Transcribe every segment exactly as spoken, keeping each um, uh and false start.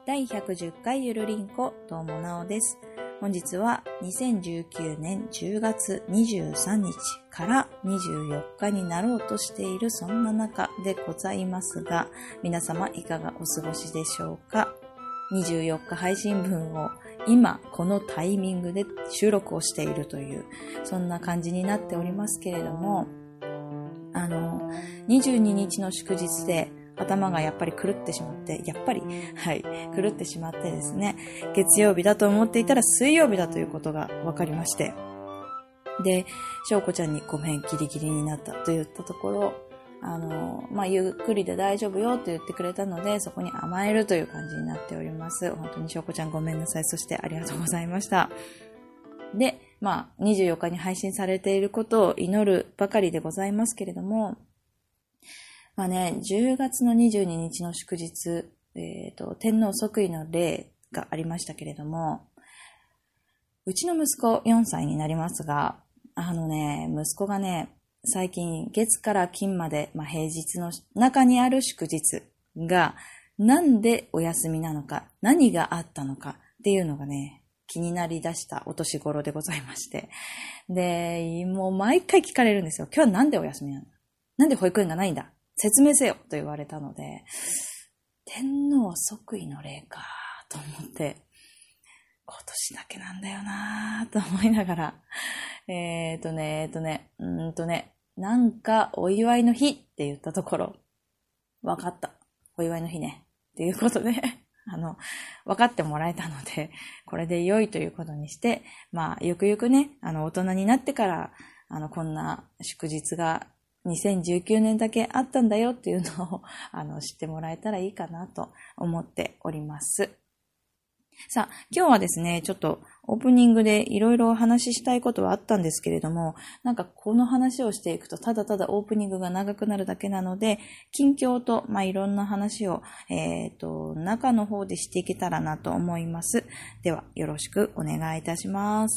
だいひゃくじゅっかいゆるりんこどうもなおです。本日はにせんじゅうきゅうねんじゅうがつにじゅうさんにちからにじゅうよっかになろうとしているそんな中でございますが、皆様いかがお過ごしでしょうか。にじゅうよっか配信分を今このタイミングで収録をしているというそんな感じになっておりますけれども、あのにじゅうににちの祝日で頭がやっぱり狂ってしまって、やっぱり、はい、狂ってしまってですね、月曜日だと思っていたら水曜日だということが分かりまして、で、しょうこちゃんにごめん、ギリギリになったと言ったところ、あの、まあ、ゆっくりで大丈夫よと言ってくれたので、そこに甘えるという感じになっております。本当にしょうこちゃんごめんなさい。そしてありがとうございました。で、まあ、にじゅうよっかに配信されていることを祈るばかりでございますけれども、まあね、じゅうがつのにじゅうににちの祝日、えっと、天皇即位の礼がありましたけれども、うちの息子よんさいになりますが、あのね、息子がね、最近月から金まで、まあ、平日の中にある祝日がなんでお休みなのか、何があったのかっていうのがね、気になりだしたお年頃でございまして。で、もう毎回聞かれるんですよ。今日はなんでお休みなの？なんで保育園がないんだ？説明せよと言われたので、天皇即位の礼かと思って、今年だけなんだよなぁと思いながら、えーとね、えーとね、うーんとね、なんかお祝いの日って言ったところ、わかった。お祝いの日ね。っていうことで、あの、分かってもらえたので、これで良いということにして、まあ、ゆくゆくね、あの、大人になってから、あの、こんな祝日がにせんじゅうきゅうねんだけあったんだよっていうのを、あの、知ってもらえたらいいかなと思っております。さあ、今日はですね、ちょっとオープニングでいろいろお話ししたいことはあったんですけれども、なんかこの話をしていくとただただオープニングが長くなるだけなので、近況と、まあ、いろんな話を、えっと、中の方でしていけたらなと思います。では、よろしくお願いいたします。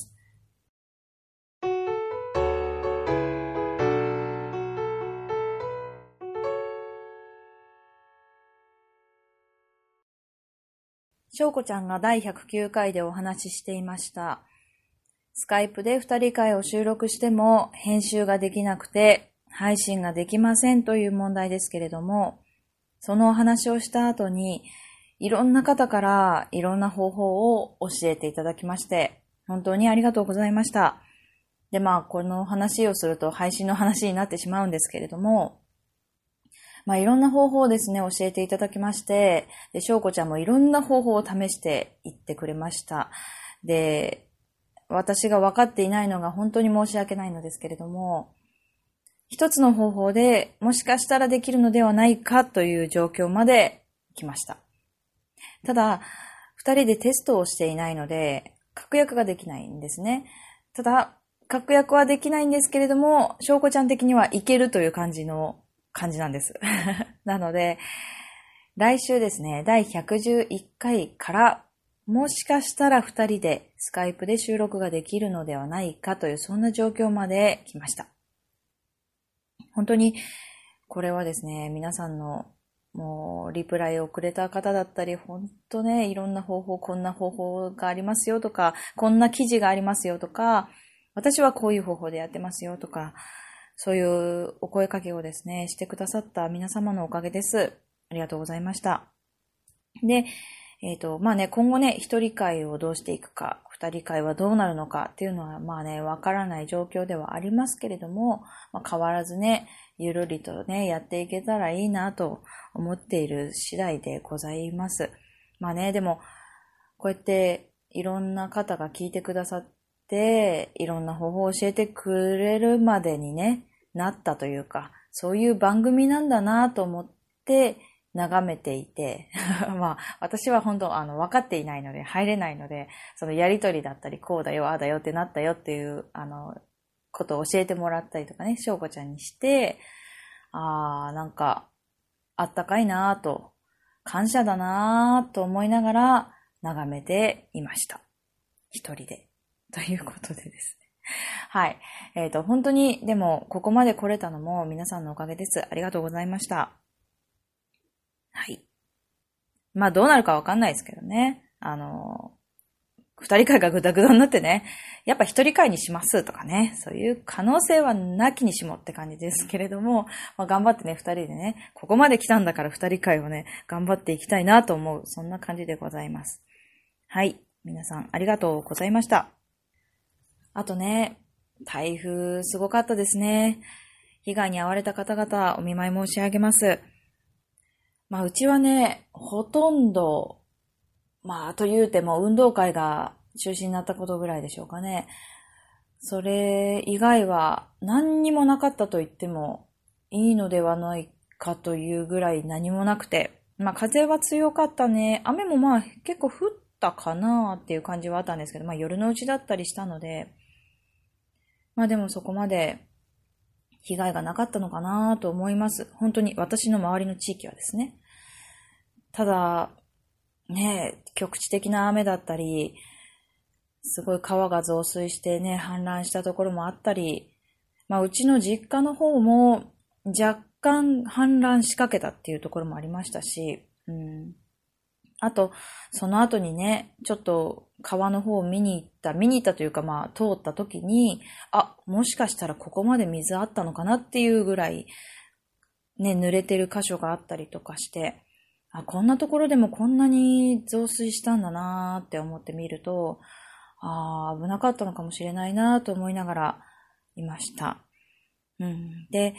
しょうこちゃんがだいひゃくきゅうかいでお話ししていました。スカイプで二人会を収録しても編集ができなくて配信ができませんという問題ですけれども、そのお話をした後にいろんな方からいろんな方法を教えていただきまして、本当にありがとうございました。で、まあこの話をすると配信の話になってしまうんですけれども、まあいろんな方法をですね、教えていただきまして、で、しょうこちゃんもいろんな方法を試していってくれました。で、私が分かっていないのが本当に申し訳ないのですけれども、一つの方法でもしかしたらできるのではないかという状況まで来ました。ただ、二人でテストをしていないので、確約ができないんですね。ただ、確約はできないんですけれども、しょうこちゃん的にはいけるという感じの感じなんです。なので、来週ですね、だいひゃくじゅういっかいから、もしかしたら二人でスカイプで収録ができるのではないかというそんな状況まで来ました。本当にこれはですね、皆さんのもうリプライをくれた方だったり、本当ね、いろんな方法、こんな方法がありますよとか、こんな記事がありますよとか、私はこういう方法でやってますよとか、そういうお声かけをですね、してくださった皆様のおかげです。ありがとうございました。で、えっと、まあね、今後ね、一人会をどうしていくか、二人会はどうなるのかっていうのは、まあね、わからない状況ではありますけれども、まあ、変わらずね、ゆるりとね、やっていけたらいいなと思っている次第でございます。まあね、でも、こうやっていろんな方が聞いてくださって、いろんな方法を教えてくれるまでにね、なったというか、そういう番組なんだなと思って、眺めていて、まあ、私は本当、あの、分かっていないので、入れないので、そのやりとりだったり、こうだよ、ああだよってなったよっていう、あの、ことを教えてもらったりとかね、しょうこちゃんにして、ああ、なんか、あったかいなぁと、感謝だなぁと思いながら、眺めていました。一人で。ということでですね。はい。えっと、本当に、でも、ここまで来れたのも皆さんのおかげです。ありがとうございました。はい。 まあどうなるかわかんないですけどね。あの、二人会がグダグダになってね、やっぱ一人会にしますとかね、そういう可能性はなきにしもって感じですけれども、まあ、頑張ってね、二人でね、ここまで来たんだから二人会をね、頑張っていきたいなと思う、そんな感じでございます。はい。皆さんありがとうございました。あとね、台風すごかったですね。被害に遭われた方々お見舞い申し上げます。まあうちはね、ほとんど、まあと言うても運動会が中止になったことぐらいでしょうかね。それ以外は何にもなかったと言ってもいいのではないかというぐらい何もなくて。まあ風は強かったね。雨もまあ結構降ったかなっていう感じはあったんですけど、まあ夜のうちだったりしたので、まあでもそこまで被害がなかったのかなと思います。本当に私の周りの地域はですね。ただ、ねえ、局地的な雨だったり、すごい川が増水してね、氾濫したところもあったり、まあうちの実家の方も若干氾濫しかけたっていうところもありましたし、うん、あと、その後にね、ちょっと川の方を見に行った、見に行ったというかまあ通った時に、あ、もしかしたらここまで水あったのかなっていうぐらい、ね、濡れてる箇所があったりとかして、あ、こんなところでもこんなに増水したんだなーって思ってみると、あー危なかったのかもしれないなーと思いながらいました。うん、で、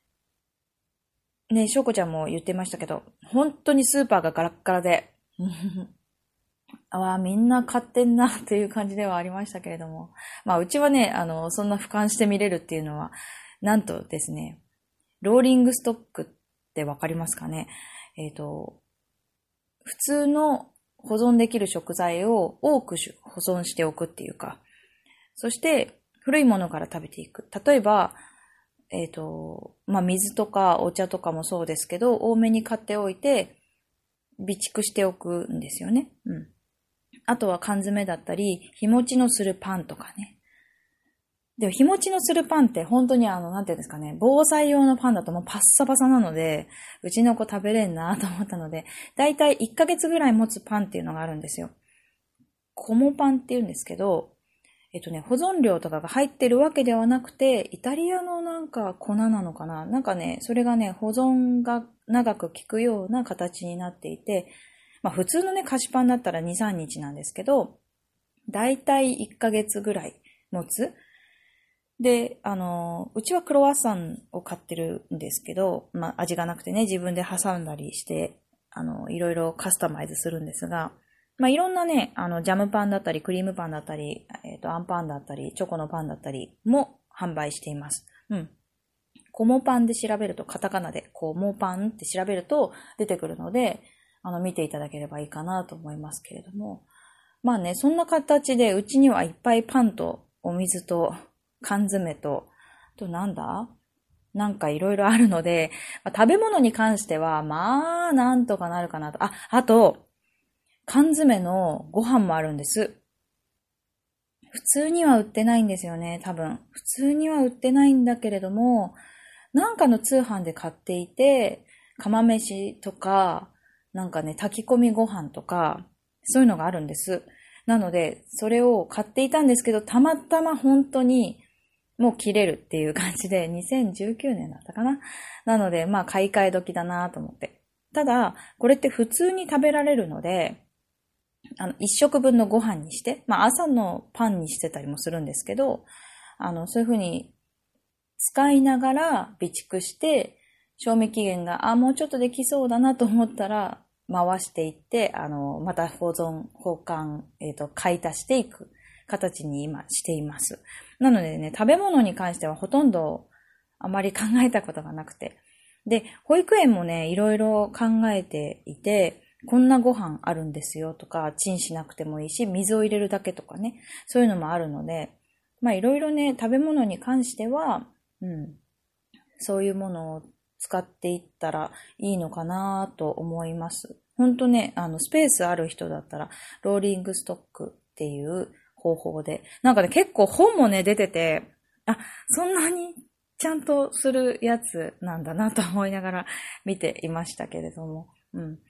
ね、しょうこちゃんも言ってましたけど、本当にスーパーがガラッガラで、ああ、みんな買ってんなという感じではありましたけれども。まあ、うちはね、あの、そんな俯瞰して見れるっていうのは、なんとですね、ローリングストックってわかりますかね。えっと、普通の保存できる食材を多く保存しておくっていうか、そして古いものから食べていく。例えば、えっと、まあ、水とかお茶とかもそうですけど、多めに買っておいて、備蓄しておくんですよね。うん。あとは缶詰だったり、日持ちのするパンとかね。でも日持ちのするパンって本当にあの、なんていうんですかね、防災用のパンだともうパッサパサなので、うちの子食べれんなと思ったので、だいたいいっかげつぐらい持つパンっていうのがあるんですよ。コモパンって言うんですけど、えっとね、保存料とかが入ってるわけではなくて、イタリアのなんか粉なのかな、なんかね、それがね、保存が長く効くような形になっていて、まあ普通のね、菓子パンだったらに、さんにちなんですけど、だいたいいっかげつぐらい持つ。で、あの、うちはクロワッサンを買ってるんですけど、まあ味がなくてね、自分で挟んだりして、あの、いろいろカスタマイズするんですが、まあいろんなね、あの、ジャムパンだったり、クリームパンだったり、えっと、アンパンだったり、チョコのパンだったりも販売しています。うん。コモパンで調べると、カタカナで、コモパンって調べると出てくるので、あの、見ていただければいいかなと思いますけれども。まあね、そんな形で、うちにはいっぱいパンとお水と缶詰と、あとなんだなんかいろいろあるので、まあ、食べ物に関しては、まあ、なんとかなるかなと。あ、あと、缶詰のご飯もあるんです。普通には売ってないんですよね、多分。普通には売ってないんだけれども、なんかの通販で買っていて、釜飯とか、なんかね、炊き込みご飯とか、そういうのがあるんです。なので、それを買っていたんですけど、たまたま本当にもう切れるっていう感じで、にせんじゅうきゅうねんだったかな。なので、まあ買い替え時だなと思って。ただ、これって普通に食べられるので、あの、一食分のご飯にして、まあ朝のパンにしてたりもするんですけど、あの、そういうふうに使いながら備蓄して、賞味期限が、あ、もうちょっとできそうだなと思ったら、回していって、あの、また保存、保管、えっと、買い足していく形に今しています。なのでね、食べ物に関してはほとんどあまり考えたことがなくて。で、保育園もね、いろいろ考えていて、こんなご飯あるんですよとか、チンしなくてもいいし、水を入れるだけとかね、そういうのもあるので、まあいろいろね、食べ物に関しては、うん、そういうものを使っていったらいいのかなと思います。ほんとね、あの、スペースある人だったら、ローリングストックっていう方法で、なんかね、結構本もね、出てて、あ、そんなにちゃんとするやつなんだなと思いながら見ていましたけれども、うん。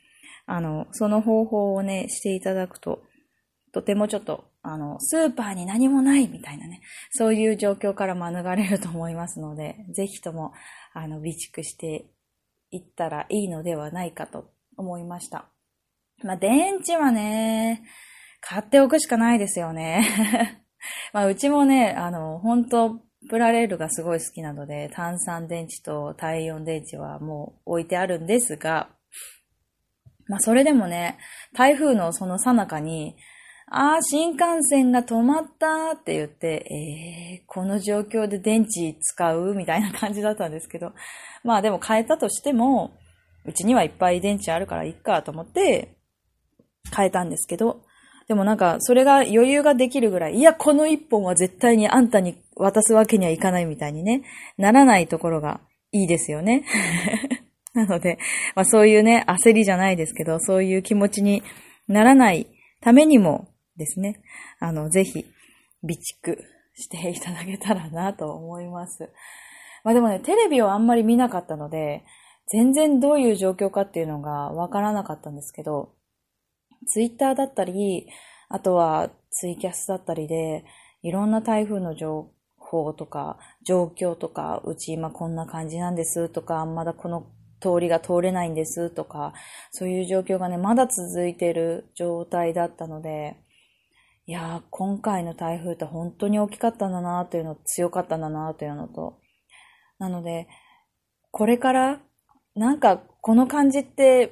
あの、その方法をね、していただくと、とてもちょっと、あの、スーパーに何もないみたいなね、そういう状況から免れると思いますので、ぜひとも、あの、備蓄していったらいいのではないかと思いました。まあ、電池はね、買っておくしかないですよね。まあ、うちもね、あの、本当プラレールがすごい好きなので、単三電池と単イオン電池はもう置いてあるんですが、まあ、それでもね、台風のその最中に、あー、新幹線が止まったって言って、えー、この状況で電池使うみたいな感じだったんですけど、まあでも変えたとしても、うちにはいっぱい電池あるからいいかと思って変えたんですけど、でもなんかそれが余裕ができるぐらい、いやこの一本は絶対にあんたに渡すわけにはいかないみたいにね、ならないところがいいですよね。なので、まあそういうね、焦りじゃないですけど、そういう気持ちにならないためにもですね、あの、ぜひ、備蓄していただけたらなと思います。まあでもね、テレビをあんまり見なかったので、全然どういう状況かっていうのがわからなかったんですけど、ツイッターだったり、あとはツイキャスだったりで、いろんな台風の情報とか、状況とか、うち今こんな感じなんですとか、まだこの通りが通れないんですとか、そういう状況がね、まだ続いている状態だったので、いやー、今回の台風って本当に大きかったんだなというの、強かったんだなというのと、なので、これから、なんかこの感じって、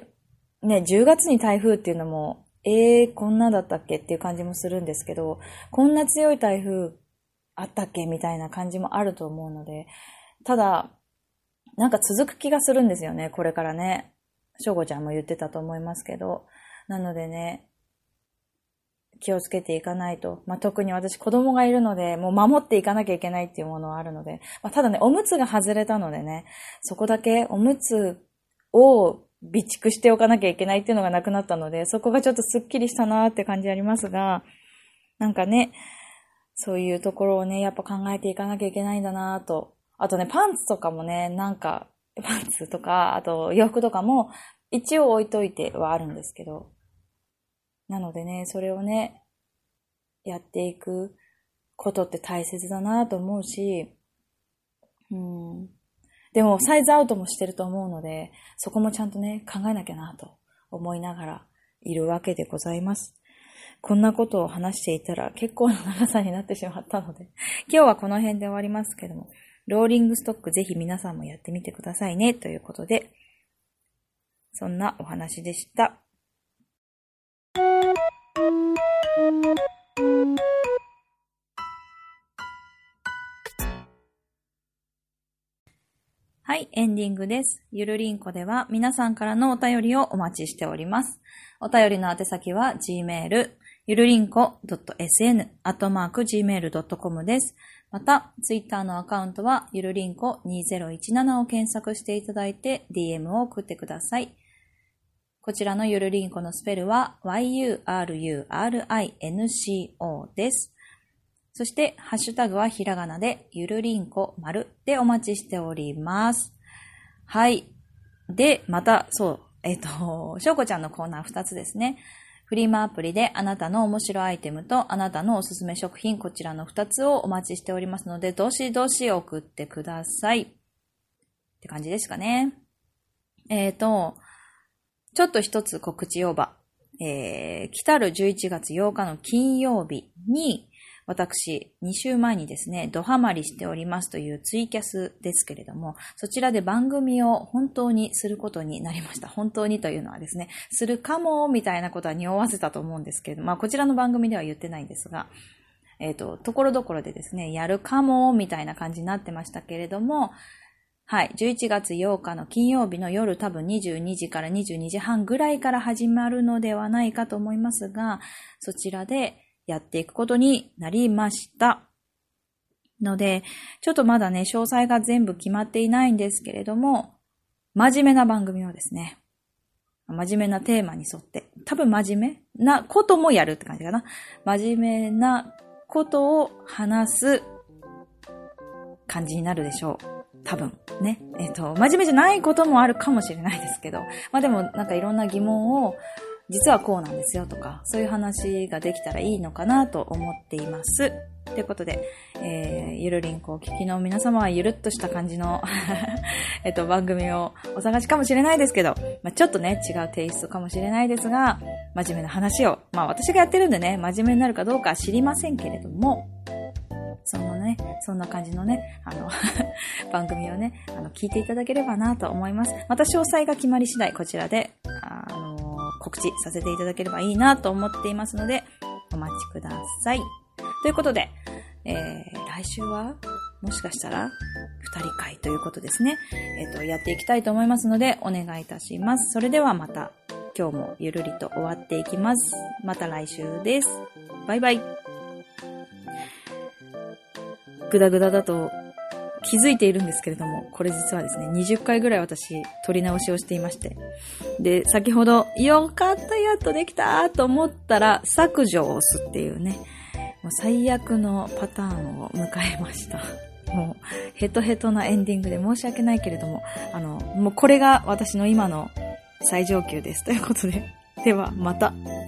ね、じゅうがつに台風っていうのも、えー、こんなだったっけっていう感じもするんですけど、こんな強い台風あったっけみたいな感じもあると思うので、ただ、なんか続く気がするんですよね、これからね。しょうごちゃんも言ってたと思いますけど。なのでね、気をつけていかないと。まあ、特に私子供がいるので、もう守っていかなきゃいけないっていうものはあるので。まあ、ただね、おむつが外れたのでね、そこだけおむつを備蓄しておかなきゃいけないっていうのがなくなったので、そこがちょっとスッキリしたなーって感じありますが、なんかね、そういうところをね、やっぱ考えていかなきゃいけないんだなーと。あとね、パンツとかもね、なんか、パンツとか、あと洋服とかも一応置いといてはあるんですけど、なのでね、それをね、やっていくことって大切だなと思うし、うん。でも、サイズアウトもしてると思うので、そこもちゃんとね、考えなきゃなと思いながらいるわけでございます。こんなことを話していたら結構な長さになってしまったので、今日はこの辺で終わりますけども、ローリングストックぜひ皆さんもやってみてくださいね、ということで、そんなお話でした。はい、エンディングです。ゆるりんこでは皆さんからのお便りをお待ちしております。お便りの宛先は Gmail、ゆるりんこ .sn、アットマーク ジーメール ドットコム です。また、ツイッターのアカウントはゆるりんこにせんじゅうななを検索していただいて ディーエム を送ってください。こちらのゆるりんこのスペルは ワイユーアールユーアールアイエヌシーオー です。そして、ハッシュタグはひらがなで、ゆるりんこ丸でお待ちしております。はい。で、また、そう、えっと、しょうこちゃんのコーナーふたつですね。フリマアプリであなたの面白アイテムとあなたのおすすめ食品、こちらのふたつをお待ちしておりますので、どしどし送ってください。って感じですかね。えっと、ちょっと一つ告知要場。えー、来たるじゅういちがつようかの金曜日に、私、にしゅうまえにですね、ドハマりしておりますというツイキャスですけれども、そちらで番組を本当にすることになりました。本当にというのはですね、するかもみたいなことは匂わせたと思うんですけれども、まあこちらの番組では言ってないんですが、えっと、ところどころでですね、やるかもみたいな感じになってましたけれども、はい、じゅういちがつようかの金曜日の夜多分にじゅうにじからにじゅうにじはんぐらいから始まるのではないかと思いますが、そちらでやっていくことになりました。ので、ちょっとまだね、詳細が全部決まっていないんですけれども、真面目な番組をですね、真面目なテーマに沿って、多分真面目なこともやるって感じかな。真面目なことを話す感じになるでしょう。 多分ね。えっと、真面目じゃないこともあるかもしれないですけど、まあでもなんかいろんな疑問を、実はこうなんですよとか、そういう話ができたらいいのかなと思っています。ということで、えー、ゆるりんこを聞きの皆様はゆるっとした感じの、えっと、番組をお探しかもしれないですけど、まあ、ちょっとね、違うテイストかもしれないですが、真面目な話を、まあ私がやってるんでね、真面目になるかどうかは知りませんけれども、そのね、そんな感じのね、あの、番組をね、あの、聞いていただければなと思います。また詳細が決まり次第、こちらで、あの、告知させていただければいいなと思っていますので、お待ちください。ということで、えー、来週は、もしかしたら、二人会ということですね。えっと、やっていきたいと思いますので、お願いいたします。それではまた、今日もゆるりと終わっていきます。また来週です。バイバイ。グダグダだと気づいているんですけれども、これ実はですね、にじゅっかいぐらい私、撮り直しをしていまして。で、先ほど、よかった、やっとできたと思ったら、削除を押すっていうね、もう最悪のパターンを迎えました。もう、ヘトヘトなエンディングで申し訳ないけれども、あの、もうこれが私の今の最上級です。ということで、ではまた。